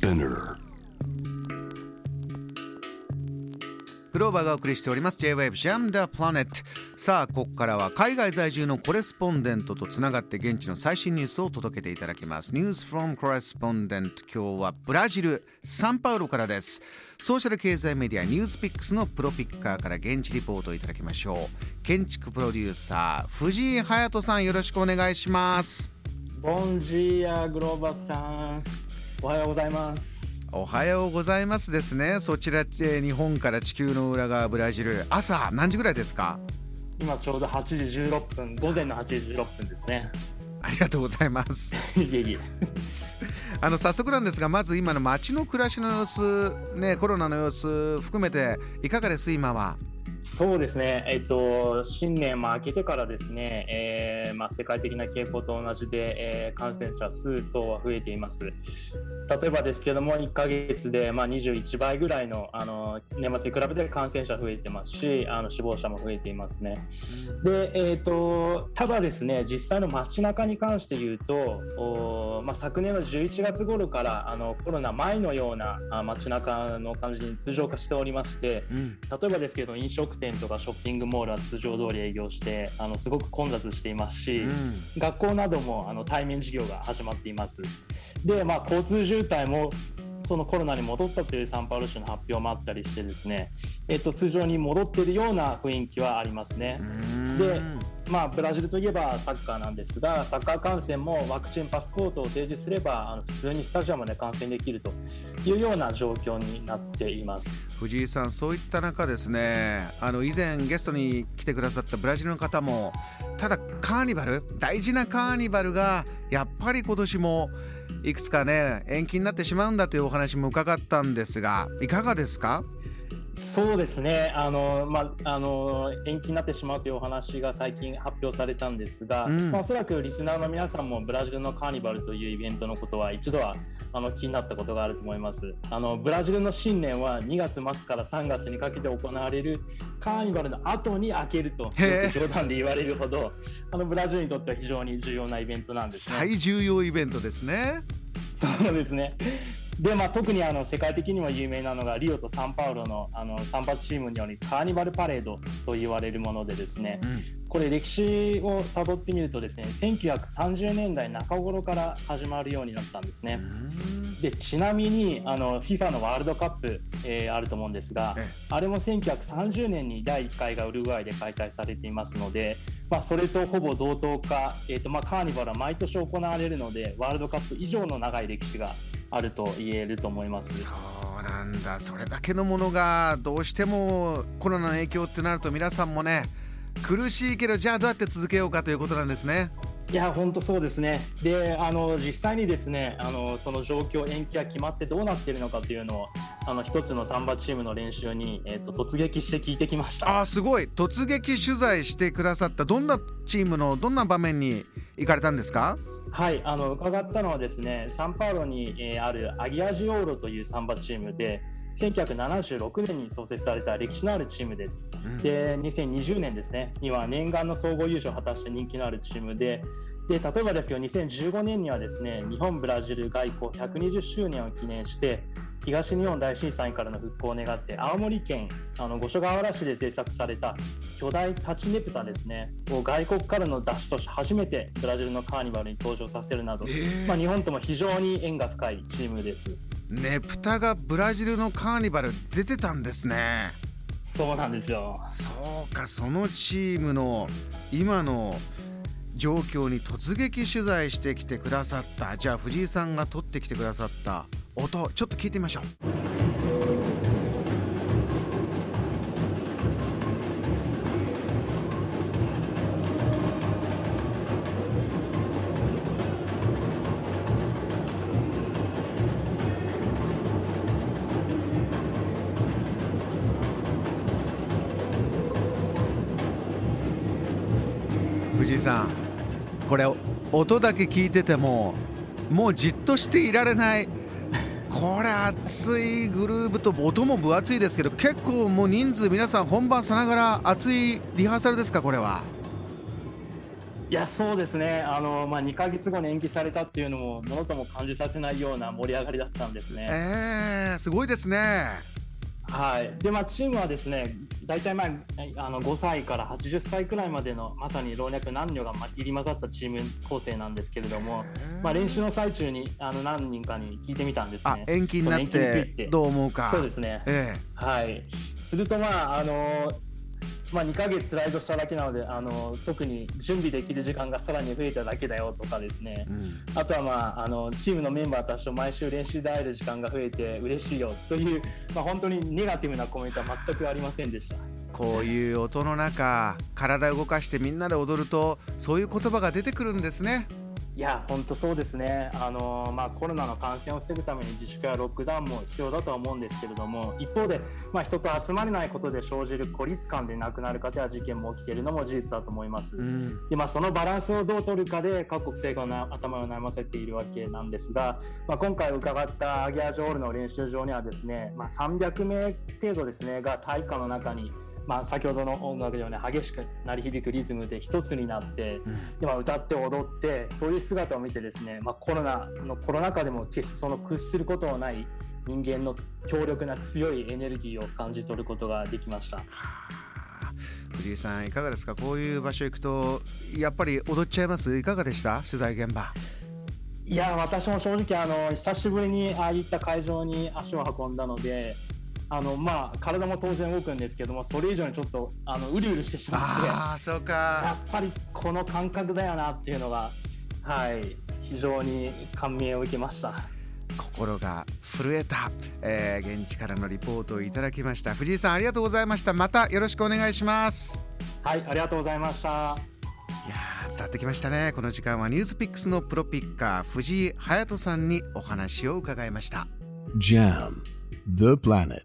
Spinner。 グローバーがお送りしております J-Wave Jam the Planet。 さあここからは海外在住のコレスポンデントとつながって現地の最新ニュースを届けていただきます。 News from Correspondent。 今日はブラジルサンパウロからです。ソーシャル経済メディアニュースピックスのプロピッカーから現地リポートをいただきましょう。建築プロデューサー藤井隼人さん、よろしくお願いします。 ボンジーアグローバさん、おはようございます。 おはようございますですね。そちら日本から地球の裏側ブラジル、朝何時ぐらいですか？ 今ちょうど8時16分、午前の8時16分ですね。 ありがとうございます。 いえいえ。 早速なんですが、まず今の街の暮らしの様子、ね、コロナの様子含めていかがです今は？ そうですね、新年明けてからですね、世界的な傾向と同じで、感染者数等は増えています。例えばですけども1ヶ月で、21倍ぐらいの、年末に比べて感染者増えてますし、死亡者も増えていますね。で、ただですね、実際の街中に関して言うと、昨年の11月頃からコロナ前のような街中の感じに通常化しておりまして、例えばですけど飲食店とかショッピングモールは通常通り営業してすごく混雑していますし、学校なども対面授業が始まっています。で、交通渋滞もそのコロナに戻ったというサンパウロ市の発表もあったりしてですね、通常に戻っているような雰囲気はありますね。で、ブラジルといえばサッカーなんですが、サッカー観戦もワクチンパスポートを提示すれば普通にスタジアムで観戦できるというような状況になっています。 藤井さん、そういった中ですね、以前ゲストに来てくださったブラジルの方も、ただカーニバル、大事なカーニバルがやっぱり今年もいくつかね延期になってしまうんだというお話も伺ったんですが、いかがですか？ そうですね、延期になってしまうというお話が最近発表されたんですが、おそらくリスナーの皆さんもブラジルのカーニバルというイベントのことは一度は気になったことがあると思います。ブラジルの新年は2月末から3月にかけて行われるカーニバルの後に明けると冗談で言われるほどブラジルにとっては非常に重要なイベントなんですね。 最重要イベントですね。 そうですね。で、特に世界的にも有名なのがリオとサンパウロのサンバチームによるカーニバルパレードと言われるものでですね、これ歴史をたどってみるとですね、1930年代中頃から始まるようになったんですね。で、ちなみにFIFA のワールドカップ、あると思うんですが、あれも1930年に第1回がウルグアイで開催されていますので、それとほぼ同等か、カーニバルは毎年行われるのでワールドカップ以上の長い歴史があると言えると思います。 そうなんだ。それだけのものがどうしてもコロナの影響ってなると皆さんもね苦しいけど、じゃあどうやって続けようかということなんですね。 いや、本当そうですね。で、実際にですね、その状況延期が決まってどうなっているのかというのを一つのサンバチームの練習に、突撃して聞いてきました。 すごい。突撃取材してくださった。どんなチームのどんな場面に行かれたんですか？ はい、伺ったのはですね、サンパウロに、あるアギアジオーロというサンバチームで、1976年に創設された歴史のあるチームです。で、2020年ですねには念願の総合優勝を果たして人気のあるチームで、例えばですけど2015年にはですね、日本ブラジル外交120周年を記念して東日本大震災からの復興を願って青森県五所川原市で制作された巨大タチネプタですねを外国からの出しとして初めてブラジルのカーニバルに登場させるなど、日本とも非常に縁が深いチームです。 ネプタがブラジルのカーニバル出てたんですね。 そうなんですよ。 そうか、そのチームの今の状況に突撃取材してきてくださった。じゃあ藤井さんが撮ってきてくださった音、ちょっと聞いてみましょう。藤井さん、これ音だけ聞いててももうじっとしていられない。これ熱いグルーブと音も分厚いですけど、結構もう人数皆さん本番さながら熱いリハーサルですか？これは。 いやそうですね、2ヶ月後に延期されたっていうのもものとも感じさせないような盛り上がりだったんですね。 すごいですね。 はい。で、チームはですね、大体5歳から80歳くらいまでのまさに老若男女が入り混ざったチーム構成なんですけれども、練習の最中に何人かに聞いてみたんですね。 延期になってどう思うか。 そうですね。はい。すると2ヶ月スライドしただけなので特に準備できる時間がさらに増えただけだよとかですね、あとはチームのメンバーたちと毎週練習で会える時間が増えて嬉しいよという、本当にネガティブなコメントは全くありませんでした。 こういう音の中、体を動かしてみんなで踊るとそういう言葉が出てくるんですね。 いや本当そうですね。コロナの感染を防ぐために自粛やロックダウンも必要だとは思うんですけれども、一方で、人と集まれないことで生じる孤立感で亡くなる方や事件も起きているのも事実だと思います。で、そのバランスをどう取るかで各国政府が頭を悩ませているわけなんですが、今回伺ったアギアジョールの練習場にはですね、300名程度ですねが体育館の中に先ほどの音楽のように激しく鳴り響くリズムで一つになって、歌って踊って、そういう姿を見てですね、コロナ禍でも決してその屈することのない人間の強力な強いエネルギーを感じ取ることができました。 藤井さんいかがですか。こういう場所行くとやっぱり踊っちゃいます。いかがでした、取材現場。 いや私も正直久しぶりにああいった会場に足を運んだので、体も当然動くんですけども、それ以上にちょっとうるうるしてしまって、 そうか、 やっぱりこの感覚だよなっていうのが、非常に感銘を受けました。 心が震えた、現地からのリポートをいただきました。藤井さんありがとうございました。またよろしくお願いします。 はい、ありがとうございました。いや伝わってきましたね。この時間はニュースピックスのプロピッカー藤井隼人さんにお話を伺いました。 JAM The Planet